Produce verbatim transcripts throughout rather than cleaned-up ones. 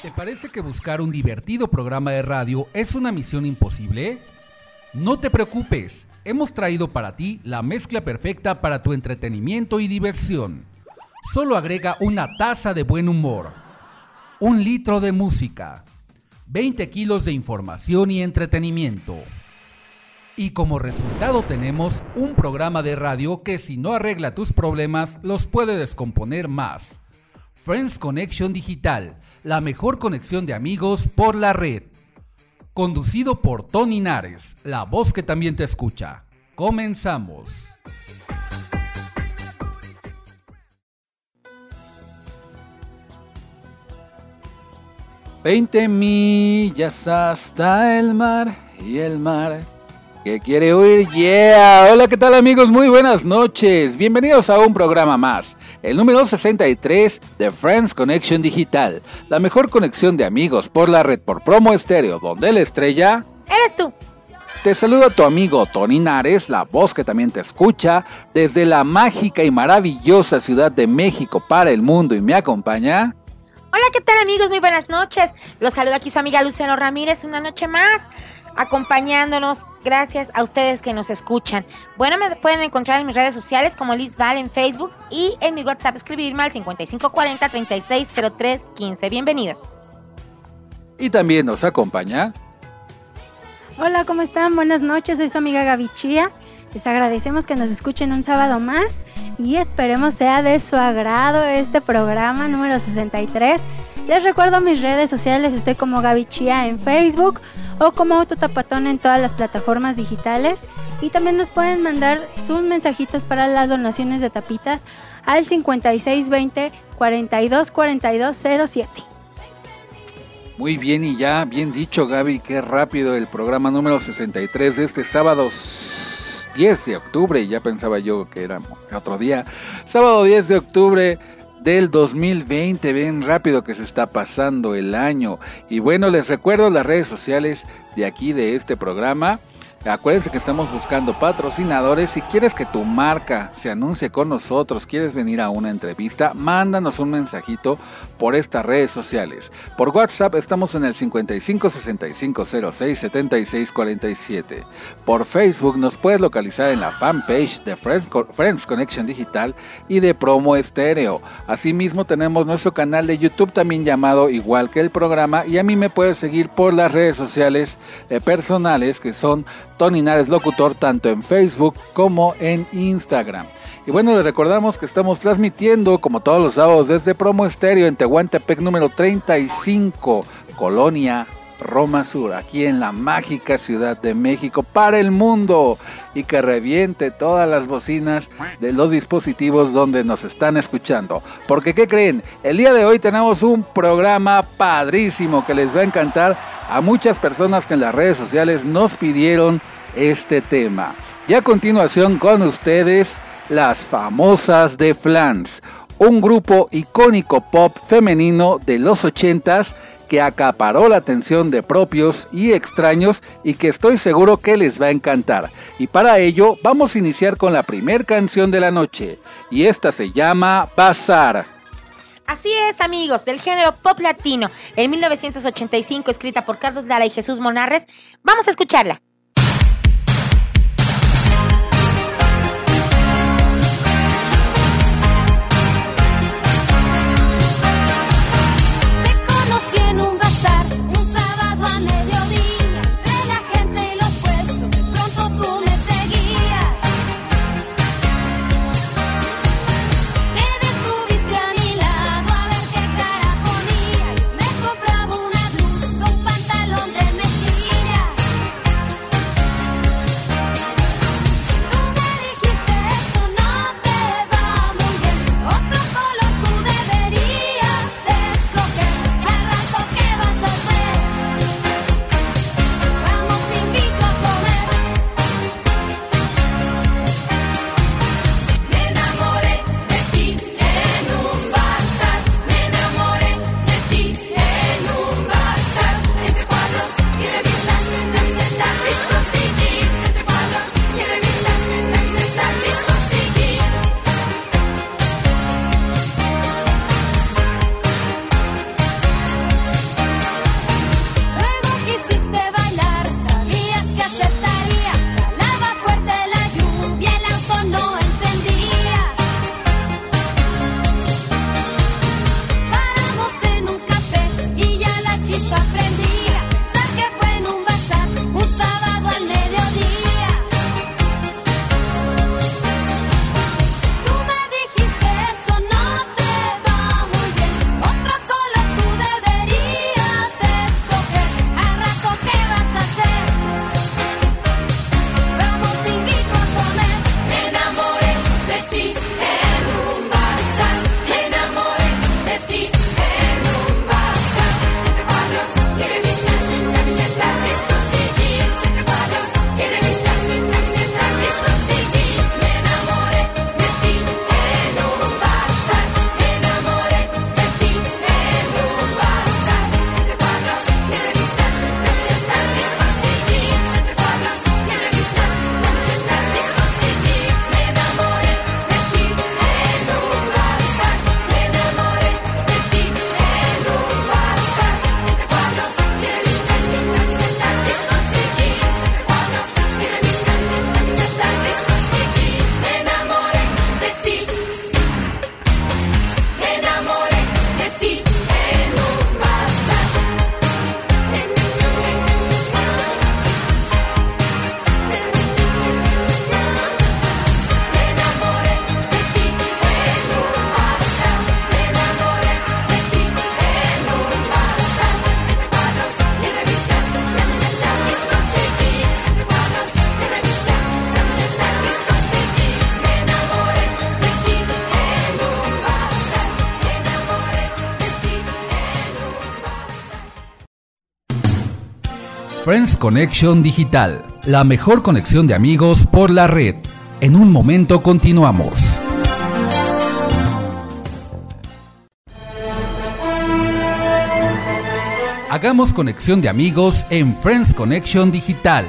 ¿Te parece que buscar un divertido programa de radio es una misión imposible? No te preocupes, hemos traído para ti la mezcla perfecta para tu entretenimiento y diversión. Solo agrega una taza de buen humor, un litro de música, veinte kilos de información y entretenimiento. Y como resultado tenemos un programa de radio que si no arregla tus problemas, los puede descomponer más. Friends Connection Digital, la mejor conexión de amigos por la red. Conducido por Tony Nares, la voz que también te escucha. Comenzamos. Veinte millas hasta el mar y el mar que quiere oír, yeah. Hola, ¿qué tal amigos? Muy buenas noches. Bienvenidos a un programa más, el número sesenta y tres de Friends Connection Digital, la mejor conexión de amigos por la red por Promo Estéreo, donde la estrella eres tú. Te saluda tu amigo Tony Nares, la voz que también te escucha, desde la mágica y maravillosa Ciudad de México para el mundo, y me acompaña... Hola, ¿qué tal amigos? Muy buenas noches. Los saluda aquí su amiga Lucero Ramírez, una noche más, acompañándonos, gracias a ustedes que nos escuchan. Bueno, me pueden encontrar en mis redes sociales como Liz Val en Facebook y en mi WhatsApp escribirme al cincuenta y cinco cuarenta, treinta y seis cero tres quince. Bienvenidos. Y también nos acompaña... Hola, ¿cómo están? Buenas noches, soy su amiga Gaby Chía. Les agradecemos que nos escuchen un sábado más y esperemos sea de su agrado este programa número sesenta y tres. Les recuerdo mis redes sociales, estoy como Gaby Chía en Facebook o como Autotapatón en todas las plataformas digitales, y también nos pueden mandar sus mensajitos para las donaciones de tapitas al cincuenta y seis veinte, cuarenta y dos cuarenta y dos cero siete. Muy bien, y ya bien dicho, Gaby, qué rápido el programa número sesenta y tres de este sábado diez de octubre, ya pensaba yo que era otro día, sábado diez de octubre del dos mil veinte, bien rápido que se está pasando el año. Y bueno, les recuerdo las redes sociales de aquí de este programa. Acuérdense que estamos buscando patrocinadores. Si quieres que tu marca se anuncie con nosotros, quieres venir a una entrevista, mándanos un mensajito por estas redes sociales. Por WhatsApp estamos en el cincuenta y cinco sesenta y cinco cero seis setenta y seis cuarenta y siete. Por Facebook nos puedes localizar en la fanpage de Friends, Friends Connection Digital y de Promo Estéreo. Asimismo tenemos nuestro canal de YouTube también llamado igual que el programa, y a mí me puedes seguir por las redes sociales eh, personales, que son Tony Nares Locutor, tanto en Facebook como en Instagram. Y bueno, les recordamos que estamos transmitiendo como todos los sábados desde Promo Estéreo en Tehuantepec número treinta y cinco, Colonia Roma Sur, aquí en la mágica Ciudad de México para el mundo, y que reviente todas las bocinas de los dispositivos donde nos están escuchando. Porque ¿qué creen? El día de hoy tenemos un programa padrísimo que les va a encantar a muchas personas que en las redes sociales nos pidieron este tema. Y a continuación con ustedes, las famosas de Flans, un grupo icónico pop femenino de los ochentas que acaparó la atención de propios y extraños y que estoy seguro que les va a encantar. Y para ello vamos a iniciar con la primer canción de la noche, y esta se llama Bazar. Así es, amigos, del género pop latino, en mil novecientos ochenta y cinco, escrita por Carlos Lara y Jesús Monarres. Vamos a escucharla. Me compraba una blusa, un pantalón de mezclilla. Friends Connection Digital, la mejor conexión de amigos por la red. En un momento continuamos. Hagamos conexión de amigos en Friends Connection Digital.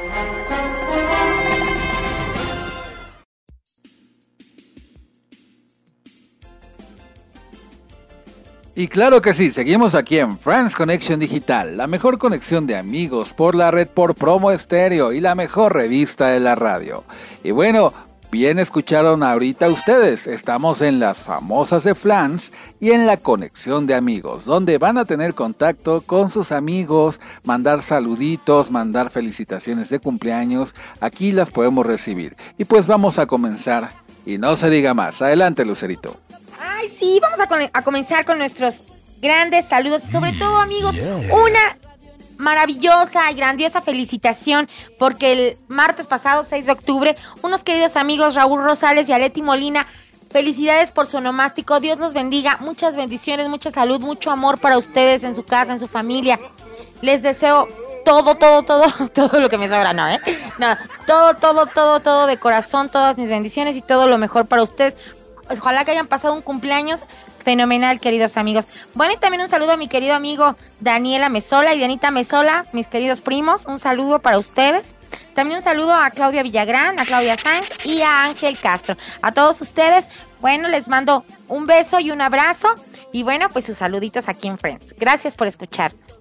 Y claro que sí, seguimos aquí en Friends Connection Digital, la mejor conexión de amigos por la red por Promo Estéreo y la mejor revista de la radio. Y bueno, bien escucharon ahorita ustedes, estamos en las famosas de Flans y en la conexión de amigos, donde van a tener contacto con sus amigos, mandar saluditos, mandar felicitaciones de cumpleaños, aquí las podemos recibir. Y pues vamos a comenzar, y no se diga más, adelante Lucerito. Ay, sí, vamos a, con- a comenzar con nuestros grandes saludos y sobre todo, amigos, yeah. una maravillosa y grandiosa felicitación porque el martes pasado, seis de octubre, unos queridos amigos Raúl Rosales y Aleti Molina, felicidades por su onomástico, Dios los bendiga, muchas bendiciones, mucha salud, mucho amor para ustedes en su casa, en su familia. Les deseo todo, todo, todo, todo lo que me sobra, no, ¿eh? No, todo, todo, todo, todo de corazón, todas mis bendiciones y todo lo mejor para ustedes. Ojalá que hayan pasado un cumpleaños fenomenal, queridos amigos. Bueno, y también un saludo a mi querido amigo Daniela Mesola y Dianita Mesola, mis queridos primos. Un saludo para ustedes. También un saludo a Claudia Villagrán, a Claudia Sáenz y a Ángel Castro. A todos ustedes, bueno, les mando un beso y un abrazo. Y bueno, pues sus saluditos aquí en Friends. Gracias por escucharnos.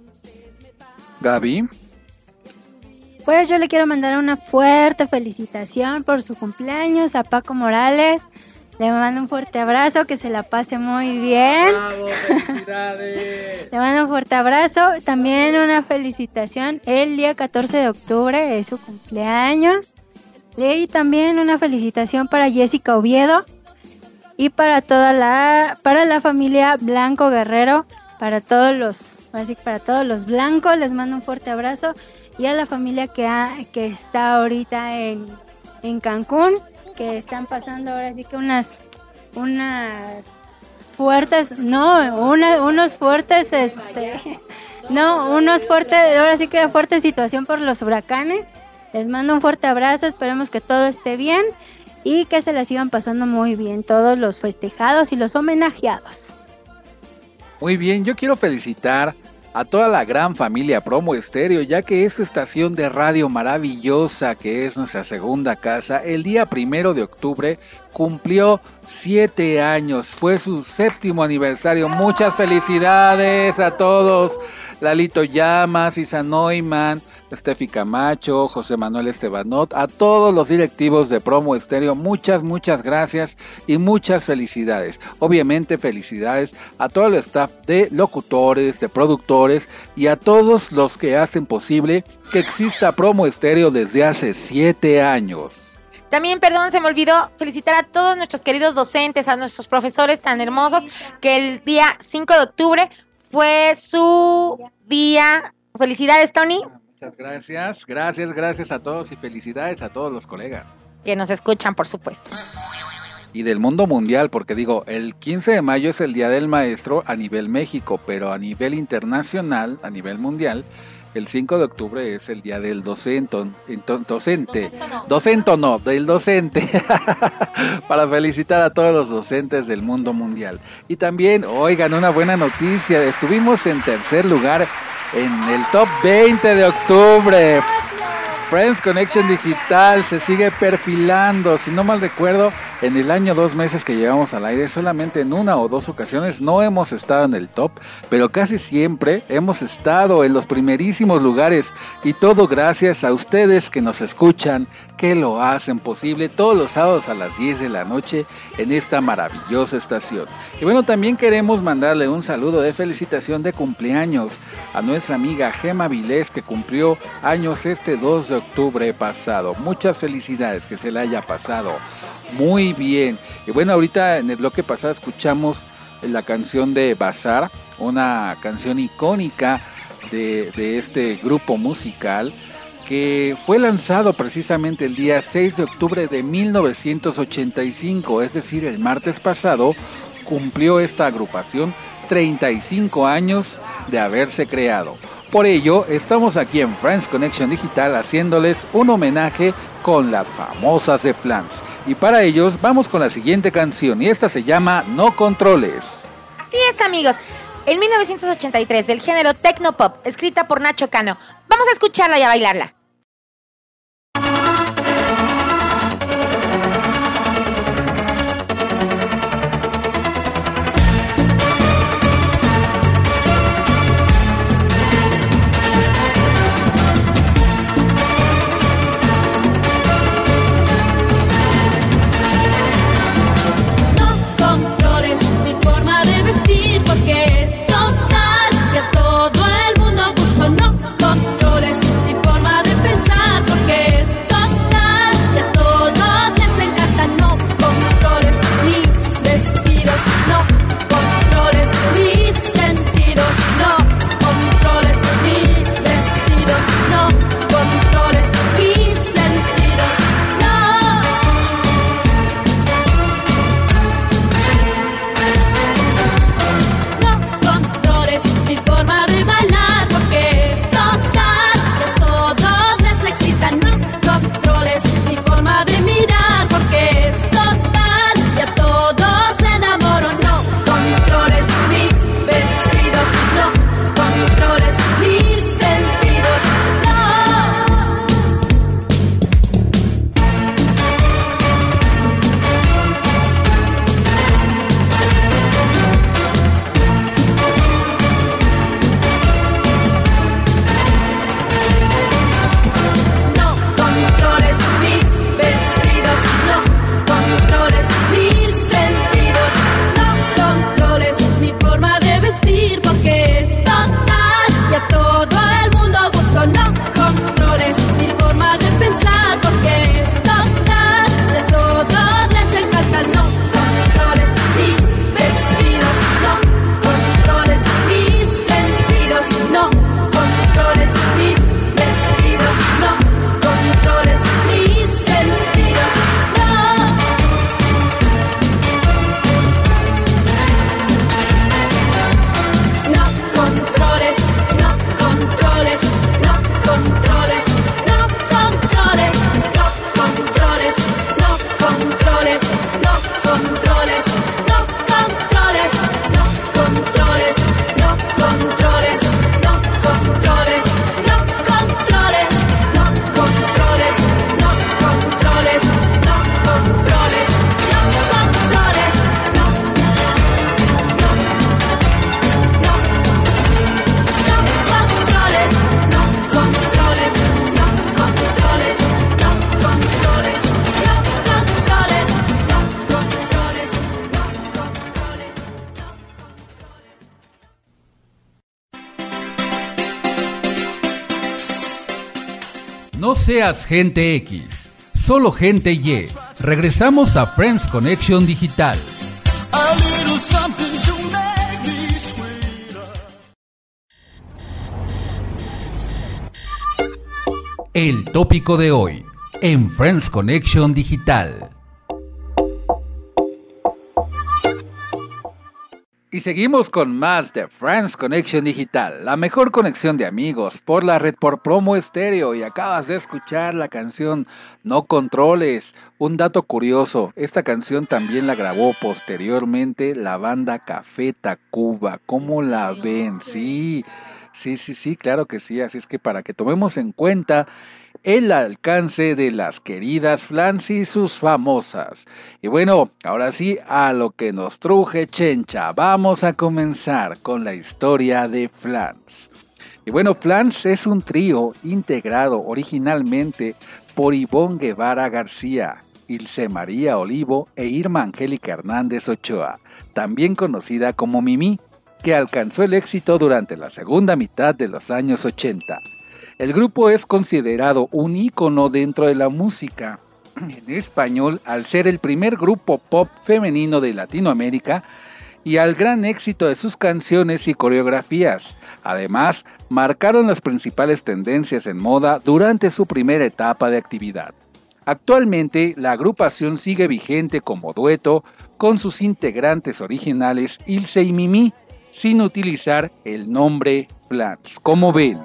Gaby. Pues yo le quiero mandar una fuerte felicitación por su cumpleaños a Paco Morales. Le mando un fuerte abrazo, que se la pase muy bien. ¡Bravo, felicidades! Le mando un fuerte abrazo. También una felicitación el día catorce de octubre, es su cumpleaños. Y también una felicitación para Jessica Oviedo y para toda la para la familia Blanco Guerrero, para todos los, así para todos los blancos les mando un fuerte abrazo y a la familia que ha, que está ahorita en en Cancún, que están pasando ahora sí que unas unas fuertes, no, una, unos fuertes, este, no, unos fuertes, ahora sí que fuerte situación por los huracanes. Les mando un fuerte abrazo, esperemos que todo esté bien y que se la sigan pasando muy bien todos los festejados y los homenajeados. Muy bien, yo quiero felicitar a toda la gran familia Promo Estéreo, ya que esta estación de radio maravillosa que es nuestra segunda casa, el día primero de octubre cumplió siete años, fue su séptimo aniversario. Muchas felicidades a todos, Lalito Llamas, Isa Neumann, Steffi Camacho, José Manuel Estebanot, a todos los directivos de Promo Estéreo, muchas, muchas gracias y muchas felicidades. Obviamente felicidades a todo el staff de locutores, de productores y a todos los que hacen posible que exista Promo Estéreo desde hace siete años. También, perdón, se me olvidó felicitar a todos nuestros queridos docentes, a nuestros profesores tan hermosos, que el día cinco de octubre fue su día. Felicidades, Tony. Muchas gracias, gracias, gracias a todos y felicidades a todos los colegas. Que nos escuchan, por supuesto. Y del mundo mundial, porque digo, el quince de mayo es el Día del Maestro a nivel México, pero a nivel internacional, a nivel mundial, el cinco de octubre es el Día del Docente, docente, docente no, del docente, para felicitar a todos los docentes del mundo mundial. Y también, oigan, una buena noticia, estuvimos en tercer lugar en el top veinte de octubre. Friends Connection Digital se sigue perfilando, si no mal recuerdo, en el año dos meses que llevamos al aire, solamente en una o dos ocasiones no hemos estado en el top, pero casi siempre hemos estado en los primerísimos lugares y todo gracias a ustedes que nos escuchan, que lo hacen posible todos los sábados a las diez de la noche en esta maravillosa estación. Y bueno, también queremos mandarle un saludo de felicitación de cumpleaños a nuestra amiga Gema Vilés, que cumplió años este dos de octubre pasado. Muchas felicidades, que se la haya pasado muy bien. Y bueno, ahorita en el bloque pasado escuchamos la canción de Bazar, una canción icónica de, de este grupo musical que fue lanzado precisamente el día seis de octubre de mil novecientos ochenta y cinco, es decir, el martes pasado cumplió esta agrupación treinta y cinco años de haberse creado. Por ello, estamos aquí en Friends Connection Digital haciéndoles un homenaje con las famosas de Flans. Y para ellos vamos con la siguiente canción y esta se llama No Controles. Así es, amigos. En mil novecientos ochenta y tres, del género Tecnopop, escrita por Nacho Cano. Vamos a escucharla y a bailarla. Porque es total, que a todo el mundo busco. No controles mi forma de pensar, porque es total, que a todos les encanta. No controles mis vestidos, no controles mis sentidos, no controles mis vestidos, no controles mis sentidos, no. Mi forma de bailar, porque es total, que a todos les excita. No controles mi forma de mirar, porque es total, que a todos enamoro. No controles mis vestidos, no controles mis sentidos, no. Porque es total, y a todo el mundo busco. No controles mi forma de pensar, porque es total, de todos les encanta. No controles mis vestidos, no controles mis sentidos, no controles mis vestidos, no controles mis sentidos, no. No controles, no controles, no controles, no controles, no controles, no controles, no controles, no controles, no controles, no controles, no controles, no controles, no controles, no controles, no controles, no controles, no. No seas gente X, solo gente Y. Regresamos a Friends Connection Digital. A little something to make me sweeter. El tópico de hoy en Friends Connection Digital. Y seguimos con más de Friends Connection Digital, la mejor conexión de amigos por la red por Promo Estéreo. Y acabas de escuchar la canción No Controles. Un dato curioso, esta canción también la grabó posteriormente la banda Café Tacuba. ¿Cómo la ven? Sí, sí, sí, sí, claro que sí. Así es que para que tomemos en cuenta el alcance de las queridas Flans y sus famosas. Y bueno, ahora sí, a lo que nos truje Chencha, vamos a comenzar con la historia de Flans. Y bueno, Flans es un trío integrado originalmente por Ivonne Guevara García, Ilse María Olivo e Irma Angélica Hernández Ochoa, también conocida como Mimi, que alcanzó el éxito durante la segunda mitad de los años ochenta. El grupo es considerado un ícono dentro de la música en español al ser el primer grupo pop femenino de Latinoamérica y al gran éxito de sus canciones y coreografías. Además, marcaron las principales tendencias en moda durante su primera etapa de actividad. Actualmente, la agrupación sigue vigente como dueto con sus integrantes originales Ilse y Mimi, sin utilizar el nombre Flans. ¿Cómo ven?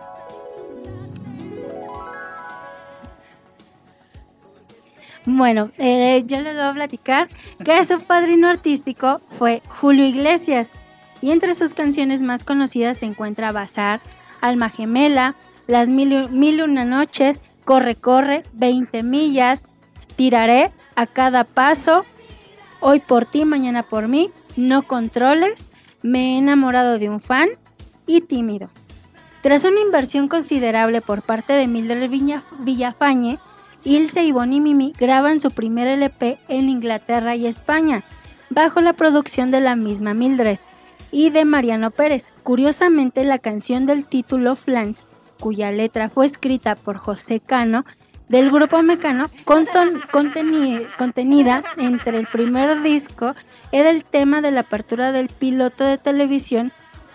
Bueno, eh, yo les voy a platicar que su padrino artístico fue Julio Iglesias, y entre sus canciones más conocidas se encuentra Bazar, Alma Gemela, Las Mil, Mil y Una Noches, Corre Corre, veinte millas, Tiraré, A Cada Paso, Hoy por ti, Mañana por mí, No Controles, Me he enamorado de un fan y Tímido. Tras una inversión considerable por parte de Mildred Viña- Villafañe, Ilse y Bonnie Mimi graban su primer L P en Inglaterra y España, bajo la producción de la misma Mildred y de Mariano Pérez. Curiosamente, la canción del título Flans, cuya letra fue escrita por José Cano, del grupo Mecano, conton- conteni- contenida entre el primer disco, era el tema de la apertura del piloto de televisión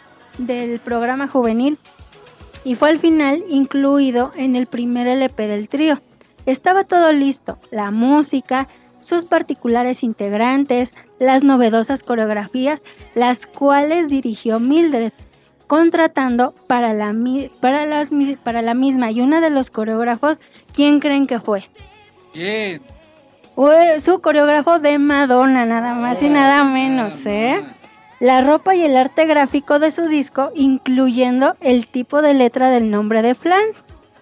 del programa juvenil, y fue al final incluido en el primer L P del trío. Estaba todo listo, la música, sus particulares integrantes, las novedosas coreografías, las cuales dirigió Mildred, contratando para la, mi- para las mi- para la misma y uno de los coreógrafos, ¿quién creen que fue? Bien. Fue su coreógrafo de Madonna, nada más y nada menos, ¿eh? La ropa y el arte gráfico de su disco, incluyendo el tipo de letra del nombre de Flans.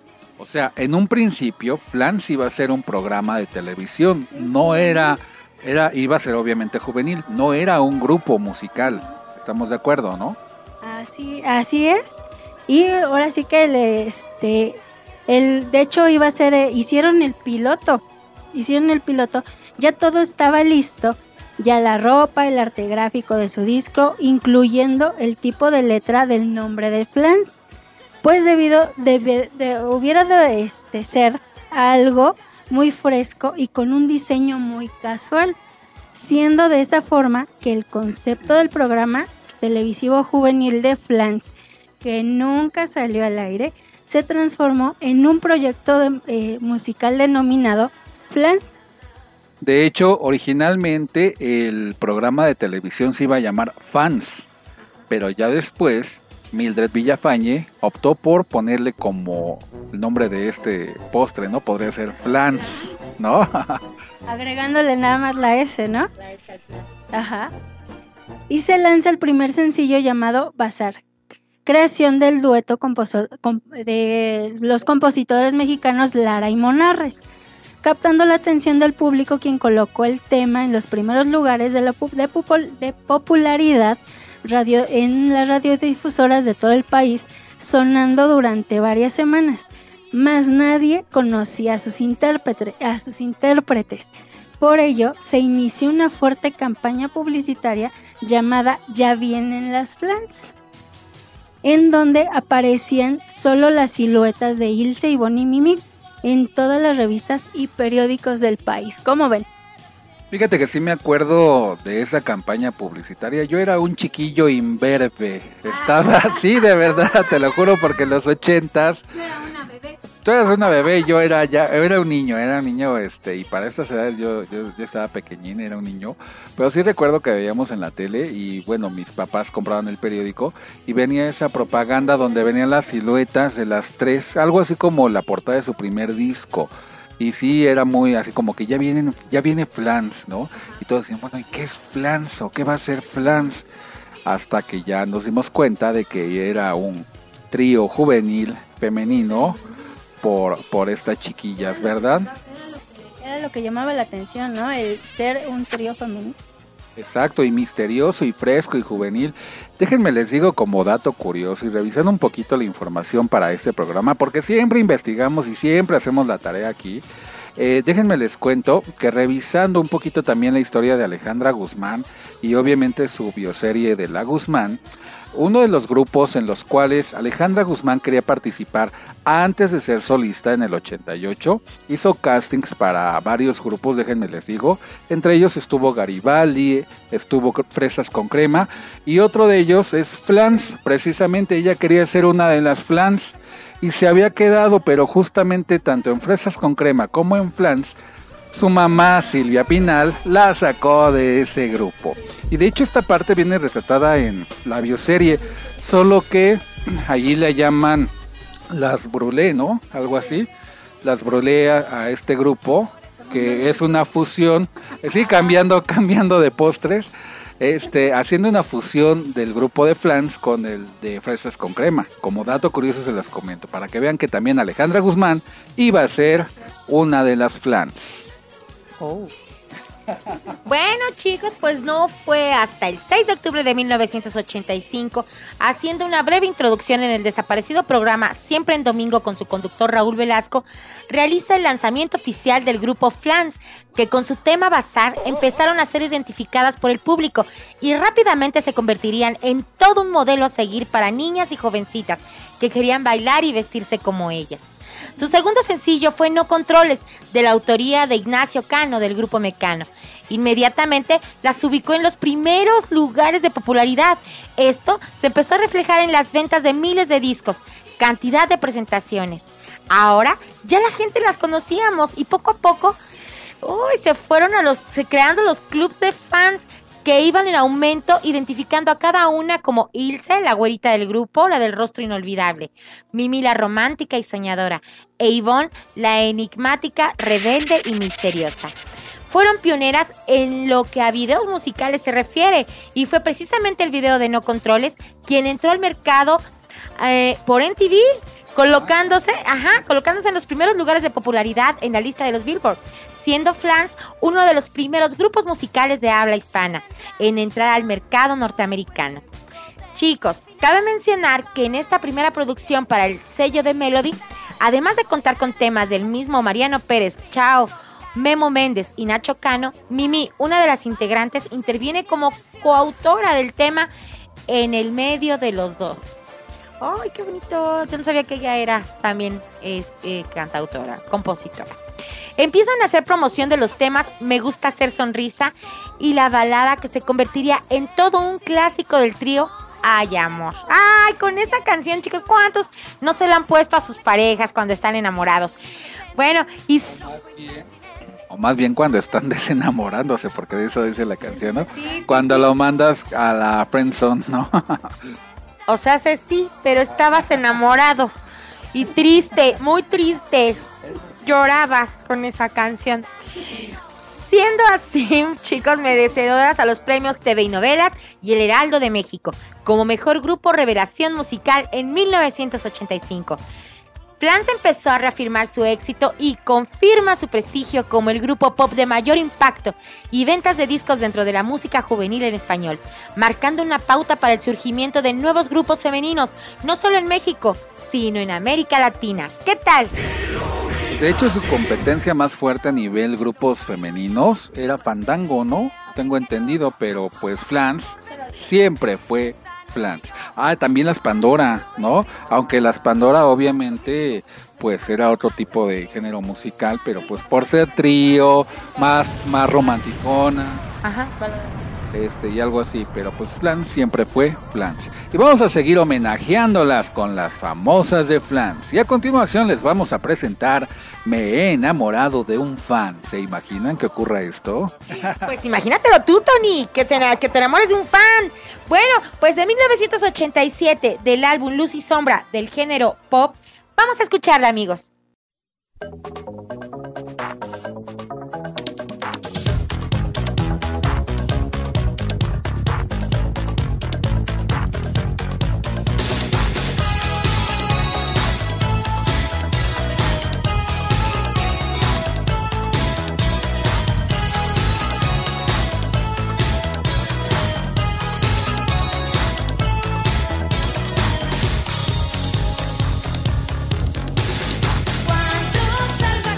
O sea, en un principio, Flans iba a ser un programa de televisión, no era, era, iba a ser obviamente juvenil, no era un grupo musical. Estamos de acuerdo, ¿no? Así, así es. Y ahora sí que el, este, el, de hecho iba a ser, eh, hicieron el piloto, hicieron el piloto, ya todo estaba listo, ya la ropa, el arte gráfico de su disco, incluyendo el tipo de letra del nombre de Flans. Pues debido, de, de, hubiera de este, ser algo muy fresco y con un diseño muy casual, siendo de esa forma que el concepto del programa televisivo juvenil de Flans, que nunca salió al aire, se transformó en un proyecto de, eh, musical denominado Flans. De hecho, originalmente el programa de televisión se iba a llamar Fans, pero ya después Mildred Villafañe optó por ponerle como el nombre de este postre, ¿no? Podría ser Flans, ¿no? Agregándole nada más la S, ¿no? Ajá. Y se lanza el primer sencillo llamado Bazar, creación del dueto composo- com- de los compositores mexicanos Lara y Monarres, captando la atención del público, quien colocó el tema en los primeros lugares de, la pu- de, popul- de popularidad radio en las radiodifusoras de todo el país, sonando durante varias semanas. Más nadie conocía a sus, intérprete- a sus intérpretes. Por ello, se inició una fuerte campaña publicitaria llamada Ya Vienen las Flans, en donde aparecían solo las siluetas de Ilse y Bonnie Mimi en todas las revistas y periódicos del país. ¿Cómo ven? Fíjate que sí me acuerdo de esa campaña publicitaria. Yo era un chiquillo imberbe. Estaba así, de verdad, te lo juro, porque en los ochentas. Tú eras una bebé, yo era ya, era un niño, era un niño, este, y para estas edades yo, yo, yo estaba pequeñín, era un niño, pero sí recuerdo que veíamos en la tele y bueno, mis papás compraban el periódico y venía esa propaganda donde venían las siluetas de las tres, algo así como la portada de su primer disco. Y sí, era muy así como que ya vienen, ya viene Flans, ¿no? Y todos decían, bueno, ¿y qué es Flans? ¿O qué va a ser Flans? Hasta que ya nos dimos cuenta de que era un trío juvenil femenino por, por estas chiquillas, ¿verdad? Era lo que llamaba la atención, ¿no? El ser un trío femenino. Exacto, y misterioso y fresco y juvenil. Déjenme les digo como dato curioso y revisando un poquito la información para este programa, porque siempre investigamos y siempre hacemos la tarea aquí. Eh, déjenme les cuento que revisando un poquito también la historia de Alejandra Guzmán y obviamente su bioserie de La Guzmán, uno de los grupos en los cuales Alejandra Guzmán quería participar antes de ser solista en el ochenta y ocho, hizo castings para varios grupos, déjenme les digo, entre ellos estuvo Garibaldi, estuvo Fresas con Crema y otro de ellos es Flans, precisamente ella quería ser una de las Flans y se había quedado, pero justamente tanto en Fresas con Crema como en Flans su mamá Silvia Pinal la sacó de ese grupo. Y de hecho esta parte viene retratada en la bioserie, solo que allí le llaman las Brulé, ¿no? Algo así. Las Brulé a, a este grupo, que es una fusión, sí, cambiando, cambiando de postres, este, haciendo una fusión del grupo de Flans con el de Fresas con Crema. Como dato curioso se las comento, para que vean que también Alejandra Guzmán iba a ser una de las Flans. Oh. Bueno, chicos, pues no fue hasta el seis de octubre de mil novecientos ochenta y cinco, haciendo una breve introducción en el desaparecido programa Siempre en Domingo con su conductor Raúl Velasco, realiza el lanzamiento oficial del grupo Flans, que con su tema Bazar empezaron a ser identificadas por el público y rápidamente se convertirían en todo un modelo a seguir para niñas y jovencitas que querían bailar y vestirse como ellas. Su segundo sencillo fue No Controles, de la autoría de Ignacio Cano del grupo Mecano. Inmediatamente las ubicó en los primeros lugares de popularidad. Esto se empezó a reflejar en las ventas de miles de discos, cantidad de presentaciones. Ahora ya la gente las conocíamos y poco a poco uy, se fueron a los, se creando los clubs de fans que iban en aumento, identificando a cada una como Ilse, la güerita del grupo, la del rostro inolvidable, Mimi, la romántica y soñadora, e Ivonne, la enigmática, rebelde y misteriosa. Fueron pioneras en lo que a videos musicales se refiere, y fue precisamente el video de No Controles quien entró al mercado eh, por M T V, colocándose, ajá, colocándose en los primeros lugares de popularidad en la lista de los Billboard, siendo Flans uno de los primeros grupos musicales de habla hispana en entrar al mercado norteamericano. Chicos, cabe mencionar que en esta primera producción para el sello de Melody, además de contar con temas del mismo Mariano Pérez, Chao, Memo Méndez y Nacho Cano, Mimi, una de las integrantes, interviene como coautora del tema en el medio de los dos. ¡Ay, qué bonito! Yo no sabía que ella era también es, eh, cantautora, compositora. Empiezan a hacer promoción de los temas Me Gusta Hacer Sonrisa y la balada que se convertiría en todo un clásico del trío Ay Amor. Ay, con esa canción, chicos, ¿cuántos no se la han puesto a sus parejas cuando están enamorados? Bueno, y... O más bien cuando están desenamorándose, porque de eso dice la canción, ¿no? Sí, cuando sí, lo mandas a la friendzone, ¿no? O sea, sí, sí, pero estabas enamorado y triste, muy triste. Llorabas con esa canción. Siendo así, chicos, merecedoras a los premios T V y Novelas y el Heraldo de México como mejor grupo revelación musical en mil novecientos ochenta y cinco. Flans empezó a reafirmar su éxito y confirma su prestigio como el grupo pop de mayor impacto y ventas de discos dentro de la música juvenil en español, marcando una pauta para el surgimiento de nuevos grupos femeninos, no solo en México, sino en América Latina. ¿Qué tal? De hecho, su competencia más fuerte a nivel grupos femeninos era Fandango, ¿no? Tengo entendido, pero pues Flans siempre fue Flans. Ah, también las Pandora, ¿no? Aunque las Pandora obviamente pues era otro tipo de género musical, pero pues por ser trío, más, más romanticona. Ajá, vale. Este, y algo así, pero pues Flans siempre fue Flans. Y vamos a seguir homenajeándolas con las famosas de Flans. Y a continuación les vamos a presentar Me he enamorado de un fan. ¿Se imaginan que ocurra esto? Pues imagínatelo tú, Tony, que te, que te enamores de un fan. Bueno, pues de mil novecientos ochenta y siete, del álbum Luz y Sombra del género pop, vamos a escucharla, amigos. Cuando salga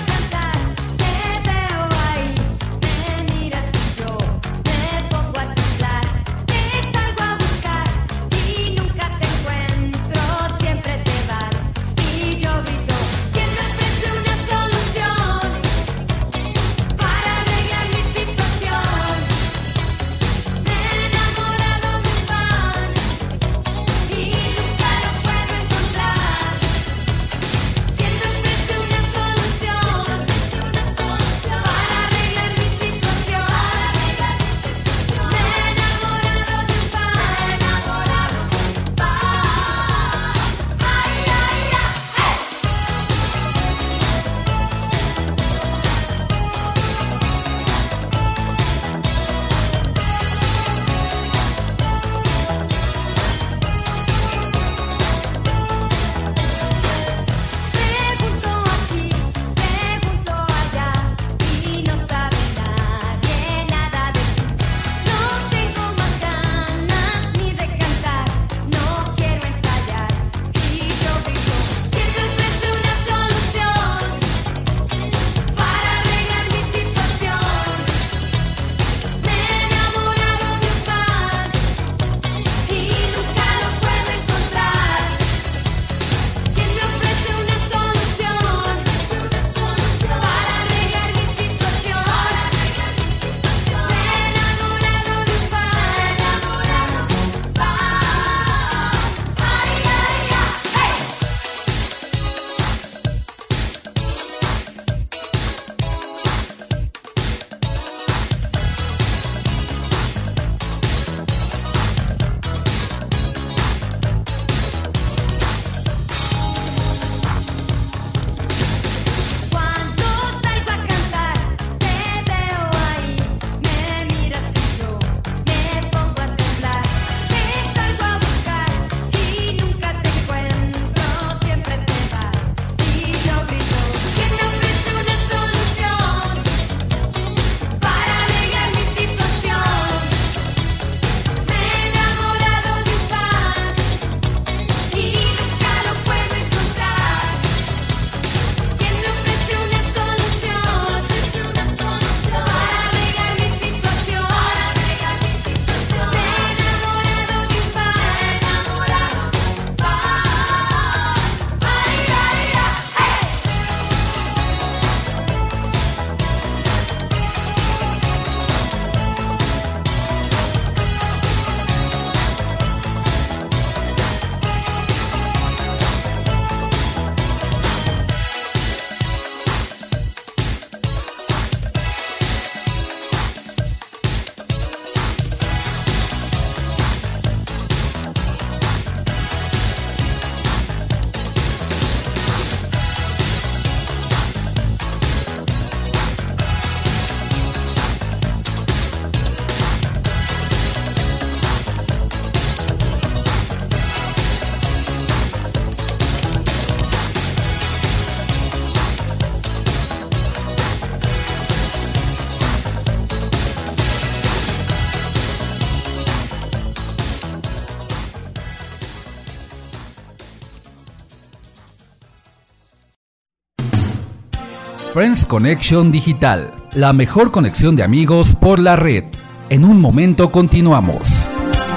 Friends Connection Digital, la mejor conexión de amigos por la red. En un momento continuamos.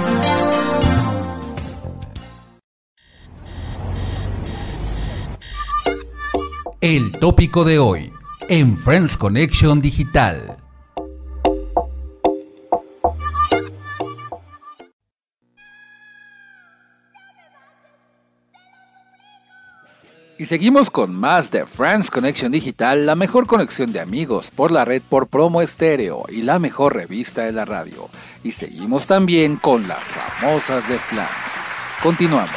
El tópico de hoy en Friends Connection Digital. Y seguimos con más de Friends Connection Digital, la mejor conexión de amigos por la red por Promo Estéreo y la mejor revista de la radio. Y seguimos también con las famosas de Flans. Continuamos.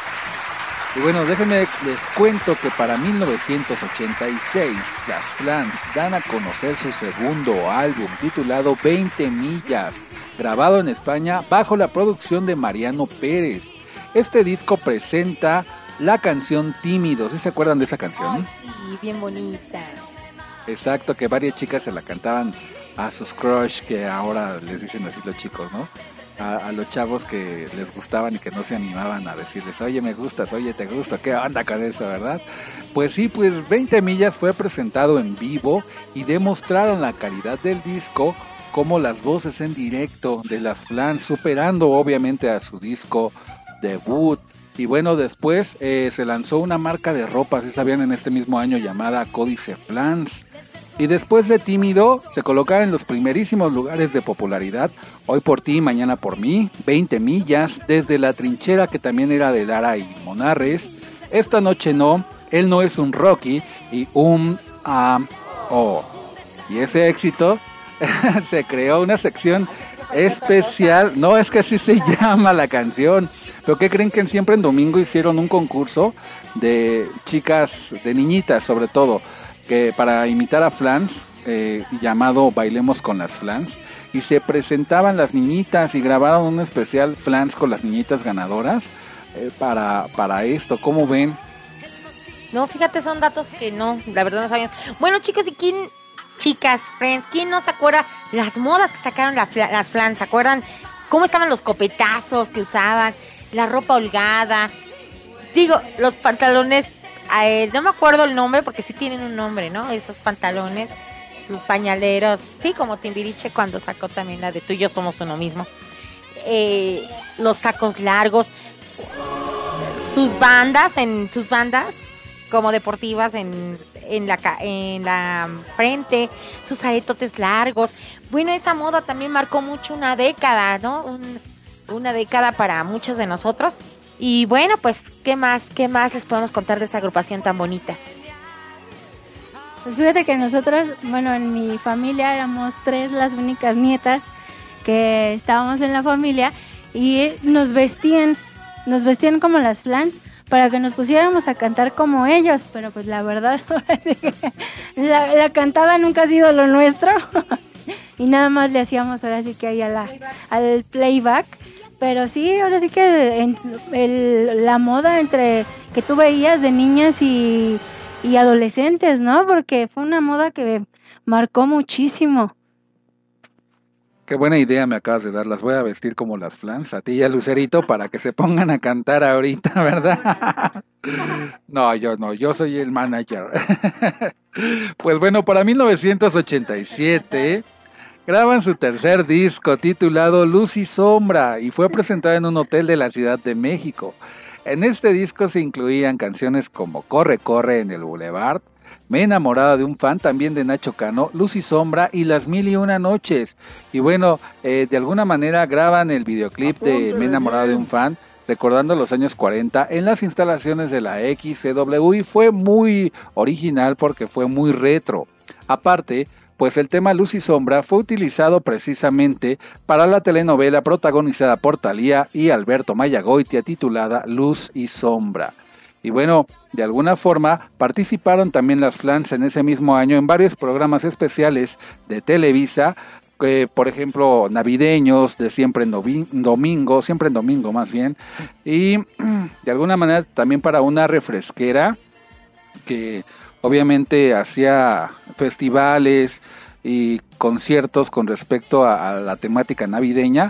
Y bueno, déjenme les cuento que para mil novecientos ochenta y seis las Flans dan a conocer su segundo álbum titulado veinte millas, grabado en España bajo la producción de Mariano Pérez. Este disco presenta la canción Tímido. ¿Sí se acuerdan de esa canción? Ay, sí, bien bonita. Exacto, que varias chicas se la cantaban a sus crush, que ahora les dicen así los chicos, ¿no? A, a los chavos que les gustaban y que no se animaban a decirles, oye, me gustas, oye, te gusto, ¿qué onda con eso, verdad? Pues sí, pues veinte millas fue presentado en vivo y demostraron la calidad del disco, como las voces en directo de las Flans, superando obviamente a su disco debut. Y bueno, después eh, se lanzó una marca de ropa, si sabían, en este mismo año llamada Códice Flans. Y después de Tímido, se colocaba en los primerísimos lugares de popularidad. Hoy por ti, mañana por mí, veinte millas, Desde la Trinchera, que también era de Lara y Monarres, Esta Noche No, Él No Es Un Rocky y Un Am O. Y ese éxito se creó una sección especial, no es que así se llama la canción, pero ¿qué creen? Que siempre en domingo hicieron un concurso de chicas, de niñitas sobre todo, que para imitar a Flans, eh, llamado Bailemos con las Flans, y se presentaban las niñitas y grabaron un especial Flans con las niñitas ganadoras eh, para, para esto. ¿Cómo ven? No, fíjate, son datos que no, la verdad no sabíamos. Bueno, chicos, ¿y quién, chicas, Friends, quién no se acuerda las modas que sacaron la, las Flans? ¿Se acuerdan cómo estaban los copetazos que usaban? La ropa holgada, digo, los pantalones, eh, no me acuerdo el nombre porque sí tienen un nombre, ¿no? Esos pantalones, los pañaleros, sí, como Timbiriche cuando sacó también la de Tú y Yo Somos Uno Mismo. Eh, los sacos largos, sus bandas, en sus bandas como deportivas en, en, la, en la frente, sus aretotes largos. Bueno, esa moda también marcó mucho una década, ¿no? Un, una década para muchos de nosotros. Y bueno, pues, ¿qué más, qué más les podemos contar de esta agrupación tan bonita? Pues fíjate que nosotros, bueno, en mi familia éramos tres las únicas nietas que estábamos en la familia y nos vestían, nos vestían como las Flans para que nos pusiéramos a cantar como ellos, pero pues la verdad, ahora sí que la, la cantada nunca ha sido lo nuestro y nada más le hacíamos ahora sí que ahí a la, al playback. Pero sí, ahora sí que en, el, la moda entre que tú veías de niñas y, y adolescentes, ¿no? Porque fue una moda que marcó muchísimo. Qué buena idea me acabas de dar, las voy a vestir como las Flans, a ti y a Lucerito, para que se pongan a cantar ahorita, ¿verdad? No, yo no, yo soy el manager. Pues bueno, para mil novecientos ochenta y siete... graban su tercer disco titulado Luz y Sombra y fue presentado en un hotel de la Ciudad de México. En este disco se incluían canciones como Corre, Corre en el Boulevard, Me he enamorado de un fan, también de Nacho Cano, Luz y Sombra y Las Mil y Una Noches. Y bueno, eh, de alguna manera graban el videoclip de Me he enamorado de un fan, recordando los años cuarenta en las instalaciones de la X C W y fue muy original porque fue muy retro. Aparte, pues el tema Luz y Sombra fue utilizado precisamente para la telenovela protagonizada por Thalía y Alberto Mayagoitia titulada Luz y Sombra. Y bueno, de alguna forma participaron también las Flans en ese mismo año en varios programas especiales de Televisa, eh, por ejemplo, navideños, de Siempre en Domingo, Siempre en Domingo más bien, y de alguna manera también para una refresquera que obviamente hacía festivales y conciertos con respecto a, a la temática navideña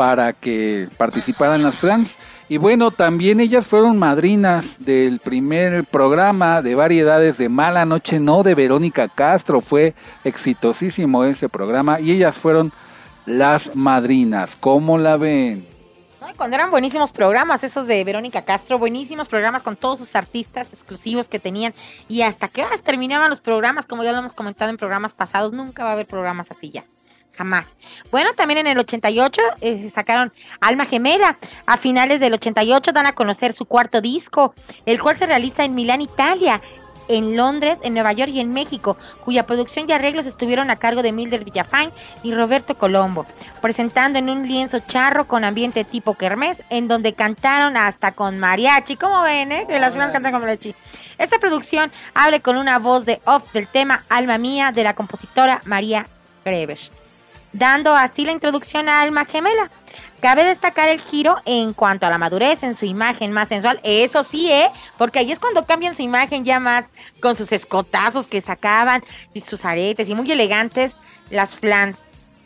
para que participaran las flans. Y bueno, también ellas fueron madrinas del primer programa de variedades de Mala Noche No de Verónica Castro. Fue exitosísimo ese programa y ellas fueron las madrinas. ¿Cómo la ven? No, y cuando eran buenísimos programas, esos de Verónica Castro, buenísimos programas con todos sus artistas exclusivos que tenían. Y hasta qué horas terminaban los programas, como ya lo hemos comentado en programas pasados, nunca va a haber programas así ya. Jamás. Bueno, también en el ochenta y ocho eh, sacaron Alma Gemela. A finales del ochenta y ocho dan a conocer su cuarto disco, el cual se realiza en Milán, Italia, en Londres, en Nueva York y en México, cuya producción y arreglos estuvieron a cargo de Mildred Villafañe y Roberto Colombo, presentando en un lienzo charro con ambiente tipo kermés, en donde cantaron hasta con mariachi. ¿Cómo ven, eh? Que las flans cantan con mariachi. Esta producción habla con una voz de off del tema Alma Mía de la compositora María Greber, dando así la introducción a Alma Gemela. Cabe destacar el giro en cuanto a la madurez en su imagen más sensual, eso sí, ¿eh? Porque ahí es cuando cambian su imagen ya más con sus escotazos que sacaban y sus aretes y muy elegantes, las flans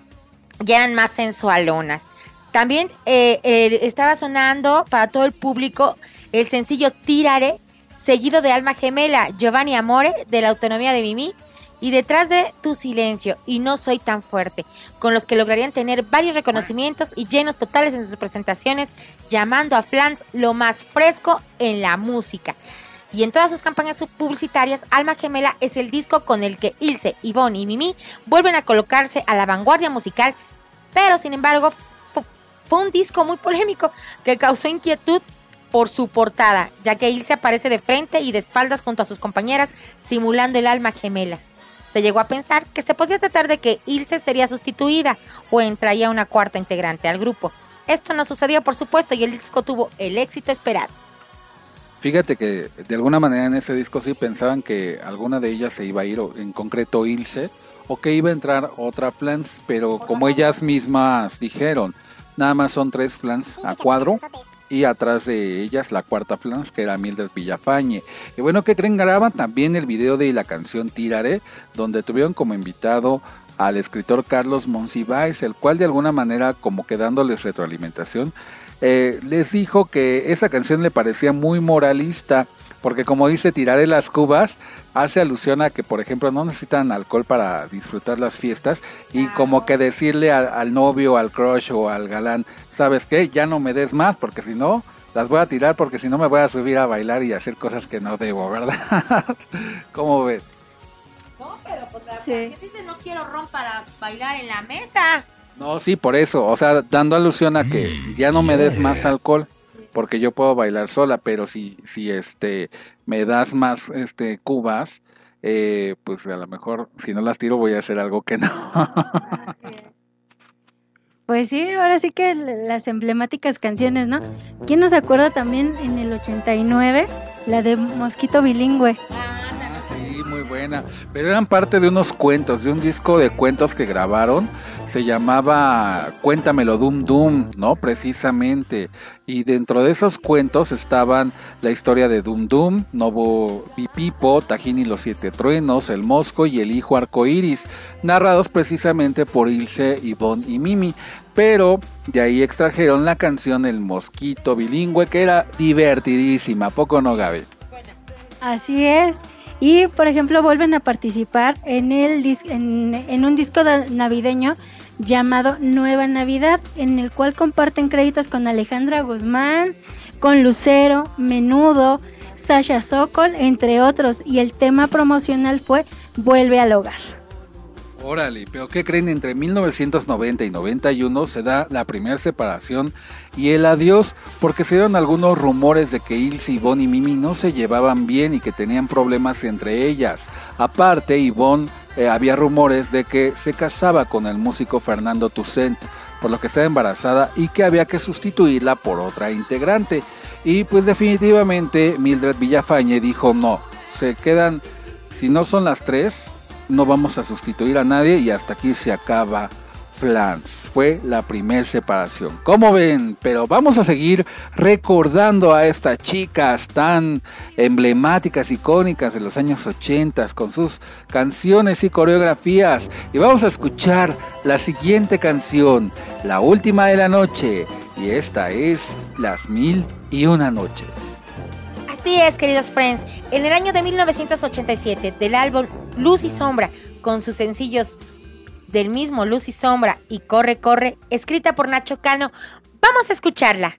ya eran más sensualonas. También eh, eh, estaba sonando para todo el público el sencillo Tírare, seguido de Alma Gemela, Giovanni Amore, de la Autonomía de Mimi, y Detrás de tu silencio y No soy tan fuerte, con los que lograrían tener varios reconocimientos y llenos totales en sus presentaciones, llamando a flans lo más fresco en la música. Y en todas sus campañas publicitarias, Alma Gemela es el disco con el que Ilse, Ivonne y Mimi vuelven a colocarse a la vanguardia musical, pero sin embargo fue un disco muy polémico que causó inquietud por su portada, ya que Ilse aparece de frente y de espaldas junto a sus compañeras simulando el alma gemela. Se llegó a pensar que se podía tratar de que Ilse sería sustituida o entraría una cuarta integrante al grupo. Esto no sucedió, por supuesto, y el disco tuvo el éxito esperado. Fíjate que de alguna manera en ese disco sí pensaban que alguna de ellas se iba a ir, o en concreto Ilse, o que iba a entrar otra flans, pero como ellas mismas dijeron, nada más son tres flans a cuadro, y atrás de ellas la cuarta flans, que era Mildred Villafañe. Y bueno, ¿qué creen? Graban también el video de la canción Tírare, donde tuvieron como invitado al escritor Carlos Monsiváis, el cual de alguna manera, como que dándoles retroalimentación, eh, les dijo que esa canción le parecía muy moralista, porque como dice Tiraré las cubas, hace alusión a que, por ejemplo, no necesitan alcohol para disfrutar las fiestas, y como que decirle al, al novio, al crush o al galán, ¿sabes qué? Ya no me des más, porque si no, las voy a tirar, porque si no me voy a subir a bailar y hacer cosas que no debo, ¿verdad? ¿Cómo ves? No, pero pues la Sí. canción dice no quiero ron para bailar en la mesa. No, sí, por eso, o sea, dando alusión a que ya no me des más alcohol, porque yo puedo bailar sola, pero si, si este, me das más este cubas, eh, pues a lo mejor si no las tiro voy a hacer algo que no. Pues sí, ahora sí que l- las emblemáticas canciones, ¿no? ¿Quién nos acuerda también en el ochenta y nueve la de Mosquito Bilingüe? Ah, sí, muy buena. Pero eran parte de unos cuentos, de un disco de cuentos que grabaron. Se llamaba Cuéntamelo Dum Dum, ¿no? Precisamente. Y dentro de esos cuentos estaban la historia de Dum Dum, Novo Pipipo, Tajín y los Siete Truenos, El Mosco y El Hijo Arcoíris, narrados precisamente por Ilse, Ivonne y Mimi. Pero de ahí extrajeron la canción El Mosquito Bilingüe, que era divertidísima, ¿a poco no, Gaby? Así es. Y por ejemplo vuelven a participar en el dis- en, en un disco da- navideño llamado Nueva Navidad, en el cual comparten créditos con Alejandra Guzmán, con Lucero, Menudo, Sasha Sokol, entre otros, y el tema promocional fue Vuelve al Hogar. Órale, pero ¿qué creen? Entre mil novecientos noventa y noventa y uno se da la primera separación y el adiós, porque se dieron algunos rumores de que Ilse, Ivonne y Mimi no se llevaban bien y que tenían problemas entre ellas. Aparte, Ivonne, eh, había rumores de que se casaba con el músico Fernando Toussaint, por lo que estaba embarazada y que había que sustituirla por otra integrante. Y pues definitivamente Mildred Villafañe dijo no, se quedan, si no son las tres, no vamos a sustituir a nadie y hasta aquí se acaba Flans. Fue la primer separación. ¿Cómo ven? Pero vamos a seguir recordando a estas chicas tan emblemáticas, icónicas de los años ochenta con sus canciones y coreografías. Y vamos a escuchar la siguiente canción, La Última de la Noche. Y esta es Las Mil y Una Noches. Así es, queridos friends. En el año de mil novecientos ochenta y siete, del álbum Luz y Sombra, con sus sencillos del mismo Luz y Sombra y Corre, Corre, escrita por Nacho Cano, vamos a escucharla.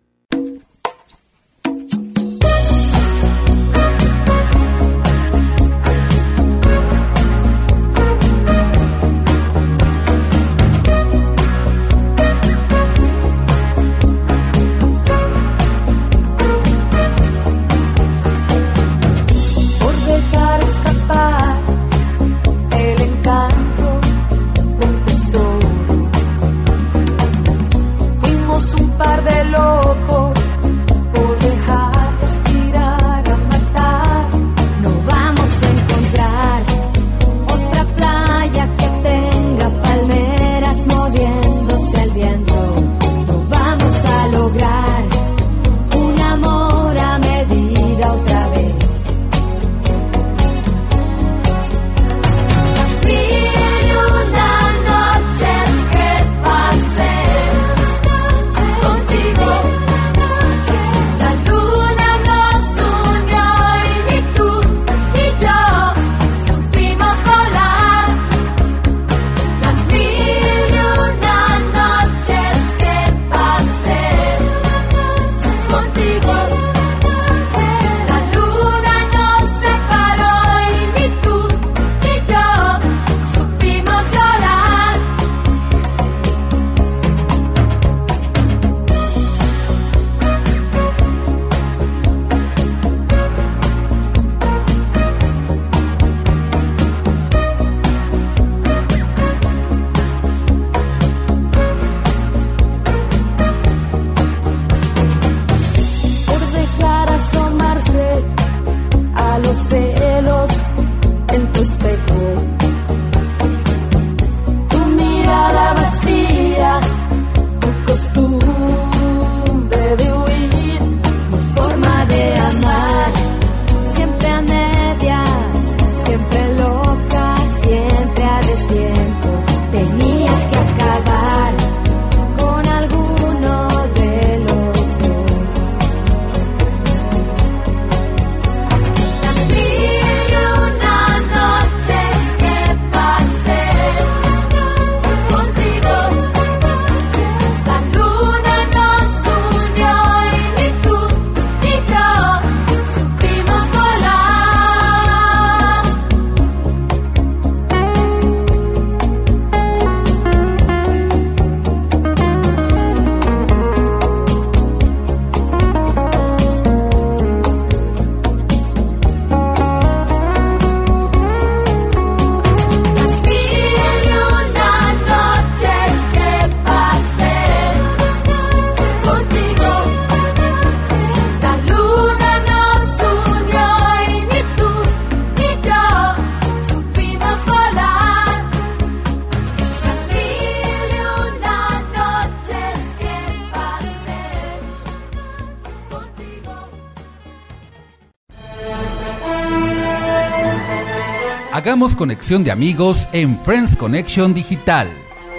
Hagamos conexión de amigos en Friends Connection Digital.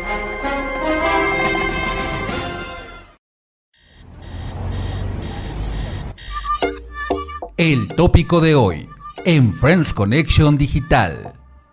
El tópico de hoy en Friends Connection Digital.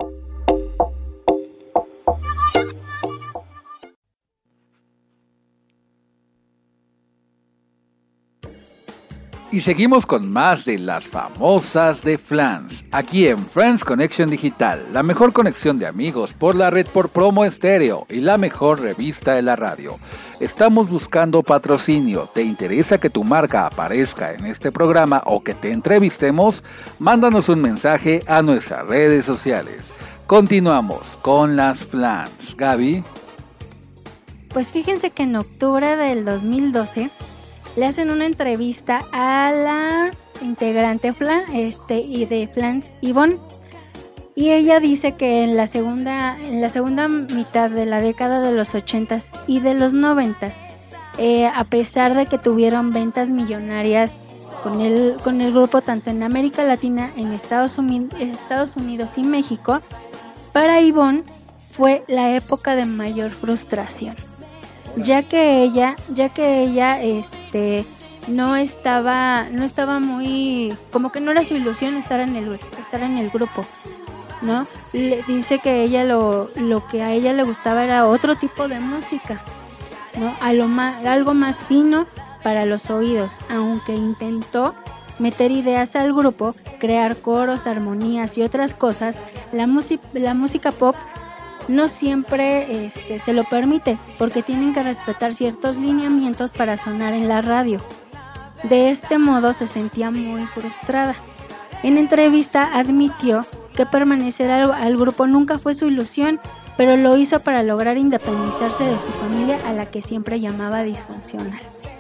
Y seguimos con más de las famosas de Flans, aquí en Friends Connection Digital, la mejor conexión de amigos por la red por Promo Estéreo y la mejor revista de la radio. Estamos buscando patrocinio. ¿Te interesa que tu marca aparezca en este programa o que te entrevistemos? Mándanos un mensaje a nuestras redes sociales. Continuamos con las Flans. Gaby. Pues fíjense que en octubre del dos mil doce le hacen una entrevista a la integrante Fla, este, y de Flans, Ivonne. Y ella dice que en la segunda, en la segunda mitad de la década de los ochentas y de los noventas, eh, a pesar de que tuvieron ventas millonarias con el, con el grupo tanto en América Latina, en Estados Unidos, Estados Unidos y México, para Ivonne fue la época de mayor frustración, ya que ella, ya que ella, este, no estaba, no estaba muy, como que no era su ilusión estar en el, estar en el grupo, ¿no? Le dice que ella lo, lo que a ella le gustaba era otro tipo de música, ¿no? A lo más, algo más fino para los oídos, aunque intentó meter ideas al grupo, crear coros, armonías y otras cosas, la, musi- la música pop no siempre este, se lo permite, porque tienen que respetar ciertos lineamientos para sonar en la radio. De este modo se sentía muy frustrada. En entrevista admitió que permanecer al, al grupo nunca fue su ilusión, pero lo hizo para lograr independizarse de su familia, a la que siempre llamaba disfuncional.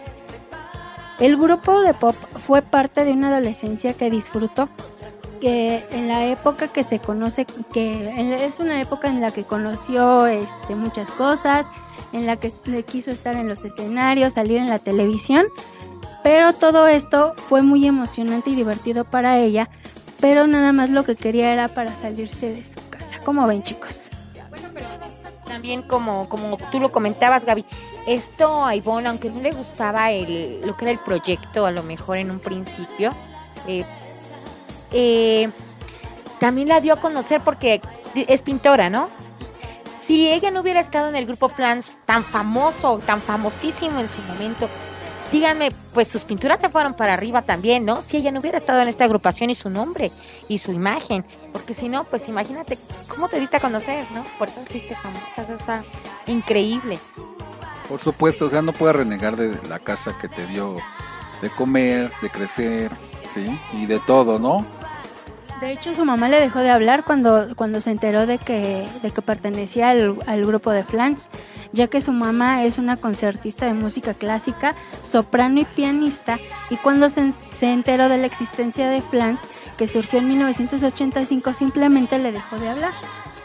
El grupo de pop fue parte de una adolescencia que disfrutó, que en la época que se conoce, que es una época en la que conoció este, muchas cosas, en la que quiso estar en los escenarios, salir en la televisión, pero todo esto fue muy emocionante y divertido para ella, pero nada más lo que quería era para salirse de su casa. ¿Cómo ven, chicos? Bueno, pero también como, como tú lo comentabas, Gaby, esto a Ivonne, aunque no le gustaba el, lo que era el proyecto, a lo mejor en un principio, eh, eh, también la dio a conocer porque es pintora, ¿no? Si ella no hubiera estado en el grupo Flans, tan famoso, tan famosísimo en su momento, díganme, pues sus pinturas se fueron para arriba también, ¿no? Si ella no hubiera estado en esta agrupación y su nombre y su imagen, porque si no, pues imagínate cómo te diste a conocer, ¿no? Por eso fuiste famosa, eso está increíble. Por supuesto, o sea, no puedes renegar de la casa que te dio de comer, de crecer, ¿sí? Y de todo, ¿no? De hecho, su mamá le dejó de hablar cuando, cuando se enteró de que, de que pertenecía al, al grupo de Flans, ya que su mamá es una concertista de música clásica, soprano y pianista, y cuando se, se enteró de la existencia de Flans, que surgió en mil novecientos ochenta y cinco, simplemente le dejó de hablar.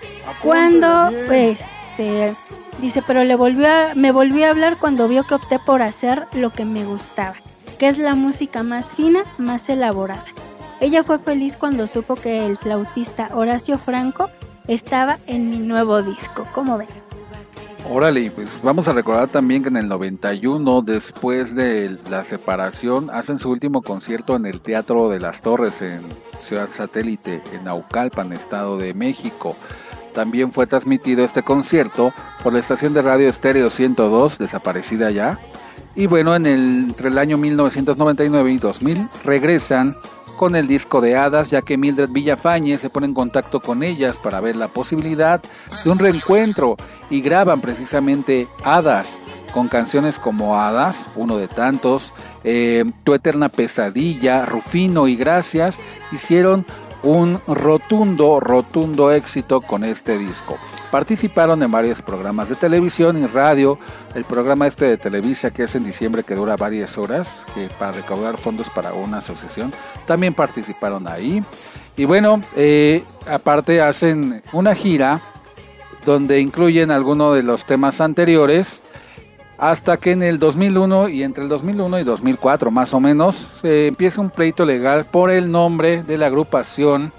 Cuando, este, dice, pero le volvió a, me volvió a hablar cuando vio que opté por hacer lo que me gustaba, que es la música más fina, más elaborada. Ella fue feliz cuando supo que el flautista Horacio Franco estaba en mi nuevo disco. ¿Cómo ven? Órale, pues vamos a recordar también que en el noventa y uno, después de la separación, hacen su último concierto en el Teatro de las Torres en Ciudad Satélite, en Naucalpan, Estado de México. También fue transmitido este concierto por la estación de radio Estéreo ciento dos, desaparecida ya. Y bueno, en el, entre el año mil novecientos noventa y nueve y dos mil regresan con el disco de Hadas, ya que Mildred Villafañe se pone en contacto con ellas para ver la posibilidad de un reencuentro y graban precisamente Hadas, con canciones como Hadas, uno de tantos, eh, Tu Eterna Pesadilla, Rufino y Gracias, hicieron un rotundo, rotundo éxito con este disco. Participaron en varios programas de televisión y radio, el programa este de Televisa que es en diciembre que dura varias horas, que para recaudar fondos para una asociación, también participaron ahí. Y bueno, eh, aparte hacen una gira donde incluyen algunos de los temas anteriores, hasta que en el dos mil uno y entre el dos mil uno y dos mil cuatro más o menos se empieza un pleito legal por el nombre de la agrupación,